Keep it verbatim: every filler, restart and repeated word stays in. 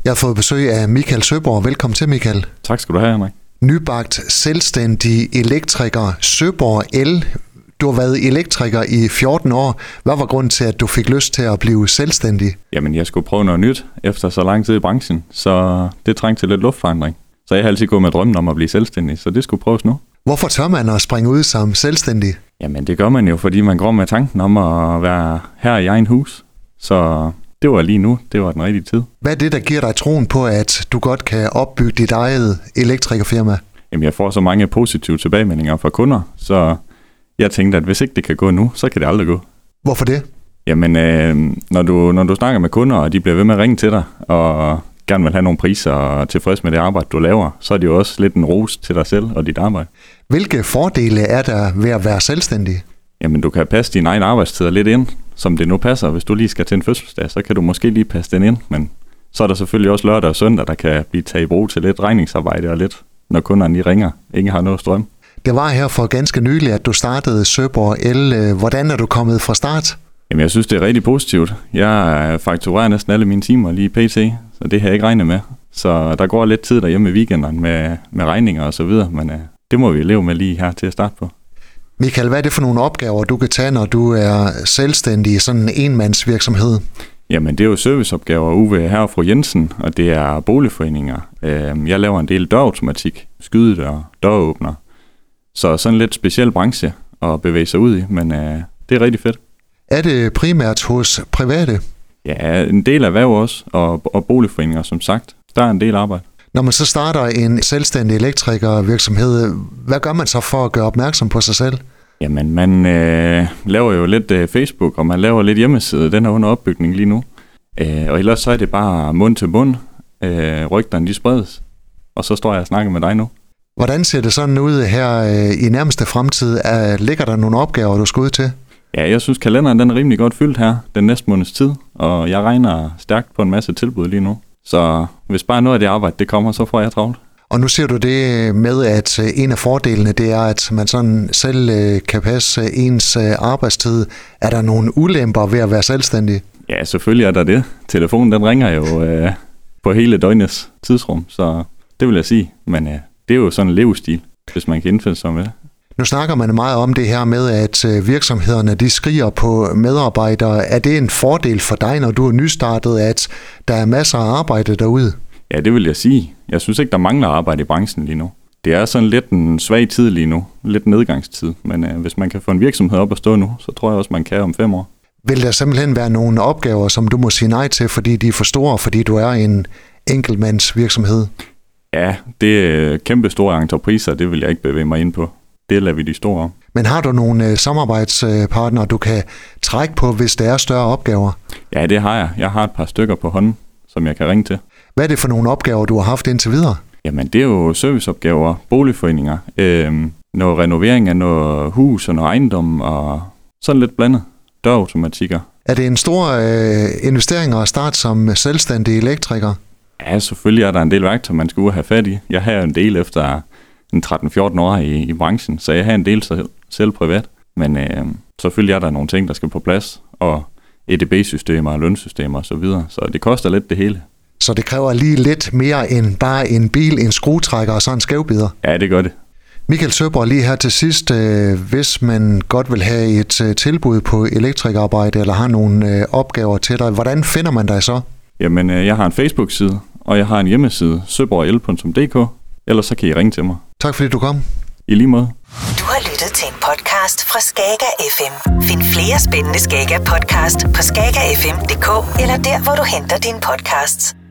Jeg har fået besøg af Michael Søborg. Velkommen til, Michael. Tak skal du have, Henrik. Nybagt selvstændig elektriker, Søborg El. Du har været elektriker i fjorten år. Hvad var grunden til, at du fik lyst til at blive selvstændig? Jamen, jeg skulle prøve noget nyt efter så lang tid i branchen, så det trængte til lidt luftforandring. Så jeg har altid gået med drømmen om at blive selvstændig, så det skulle prøves nu. Hvorfor tør man at springe ud som selvstændig? Jamen, det gør man jo, fordi man går med tanken om at være her i egen hus. Så det var lige nu, det var den rigtige tid. Hvad er det, der giver dig troen på, at du godt kan opbygge dit eget elektrikerfirma? Jamen, jeg får så mange positive tilbagemeldinger fra kunder, så jeg tænkte, at hvis ikke det kan gå nu, så kan det aldrig gå. Hvorfor det? Jamen, øh, når, du, når du snakker med kunder, og de bliver ved med at ringe til dig, og gerne vil have nogle priser og tilfreds med det arbejde, du laver, så er det jo også lidt en ros til dig selv og dit arbejde. Hvilke fordele er der ved at være selvstændig? Jamen, du kan passe dine egne arbejdstider lidt ind, som det nu passer. Hvis du lige skal til en fødselsdag, så kan du måske lige passe den ind, men så er der selvfølgelig også lørdag og søndag, der kan blive taget i brug til lidt regningsarbejde og lidt, når kunderne lige ringer. Ingen har noget strøm. Det var her for ganske nylig, at du startede Søborg El. Hvordan er du kommet fra start? Jamen, jeg synes, det er rigtig positivt. Jeg fakturerer næsten alle mine timer lige pt, så det har jeg ikke regnet med. Så der går lidt tid derhjemme i weekenderne med, med regninger og så videre, men uh, det må vi leve med lige her til at starte på. Michael, hvad er det for nogle opgaver, du kan tage, når du er selvstændig i sådan en enmandsvirksomhed? Jamen, det er jo serviceopgaver ude ved herre og fru Jensen, og det er boligforeninger. Jeg laver en del dørautomatik, skydedør, døråbner. Så sådan en lidt speciel branche at bevæge sig ud i, men uh, det er rigtig fedt. Er det primært hos private? Ja, en del erhverv også, og, og boligforeninger, som sagt. Der er en del arbejde. Når man så starter en selvstændig elektrikervirksomhed, hvad gør man så for at gøre opmærksom på sig selv? Jamen, man øh, laver jo lidt øh, Facebook, og man laver lidt hjemmeside. Den er under opbygning lige nu. Øh, og ellers så er det bare mund til mund. Øh, rygterne, de spredes. Og så står jeg og snakker med dig nu. Hvordan ser det sådan ud her øh, i nærmeste fremtid? Er, ligger der nogle opgaver, du skal ud til? Ja, jeg synes, kalenderen den er rimelig godt fyldt her den næste måneds tid. Og jeg regner stærkt på en masse tilbud lige nu. Så hvis bare noget af det arbejde, det kommer, så får jeg travlt. Og nu ser du det med, at en af fordelene, det er, at man sådan selv kan passe ens arbejdstid. Er der nogle ulemper ved at være selvstændig? Ja, selvfølgelig er der det. Telefonen, den ringer jo øh, på hele døgnets tidsrum, så det vil jeg sige. Men øh, det er jo sådan en levestil, hvis man kan indfinde sig med det. Nu snakker man meget om det her med, at virksomhederne de skriger på medarbejdere. Er det en fordel for dig, når du er nystartet, at der er masser af arbejde derude? Ja, det vil jeg sige. Jeg synes ikke, der mangler arbejde i branchen lige nu. Det er sådan lidt en svag tid lige nu. Lidt nedgangstid. Men øh, hvis man kan få en virksomhed op at stå nu, så tror jeg også, man kan om fem år. Vil der simpelthen være nogle opgaver, som du må sige nej til, fordi de er for store, fordi du er en enkeltmandsvirksomhed? Ja, det er kæmpe store entrepriser, det vil jeg ikke bevæge mig ind på. Det lader vi de store om. Men har du nogle øh, samarbejdspartnere, du kan trække på, hvis der er større opgaver? Ja, det har jeg. Jeg har et par stykker på hånden, som jeg kan ringe til. Hvad er det for nogle opgaver, du har haft indtil videre? Jamen, det er jo serviceopgaver, boligforeninger, øh, noget renovering af noget hus og noget ejendom, og sådan lidt blandet. Dørautomatikker. Er det en stor øh, investering at starte som selvstændig elektriker? Ja, selvfølgelig er der en del værktøj, man skal ud og have fat i. Jeg har en del efter en tretten fjorten år i, i branchen, så jeg har en del selv, selv privat. Men øh, selvfølgelig er der nogle ting, der skal på plads, og E D B-systemer og lønsystemer osv., så videre. Så det koster lidt det hele. Så det kræver lige lidt mere end bare en bil, en skruetrækker og så en skævbider? Ja, det gør det. Michael Søborg, lige her til sidst, øh, hvis man godt vil have et øh, tilbud på elektrikerarbejde, eller har nogle øh, opgaver til dig, hvordan finder man dig så? Jamen, øh, jeg har en Facebook-side, og jeg har en hjemmeside, søborg el punktum d k, ellers så kan I ringe til mig. Tak fordi du kom. I lige måde. Du har lyttet til en podcast fra Skager F M. Find flere spændende Skager podcast på skager f m punktum d k eller der, hvor du henter dine podcasts.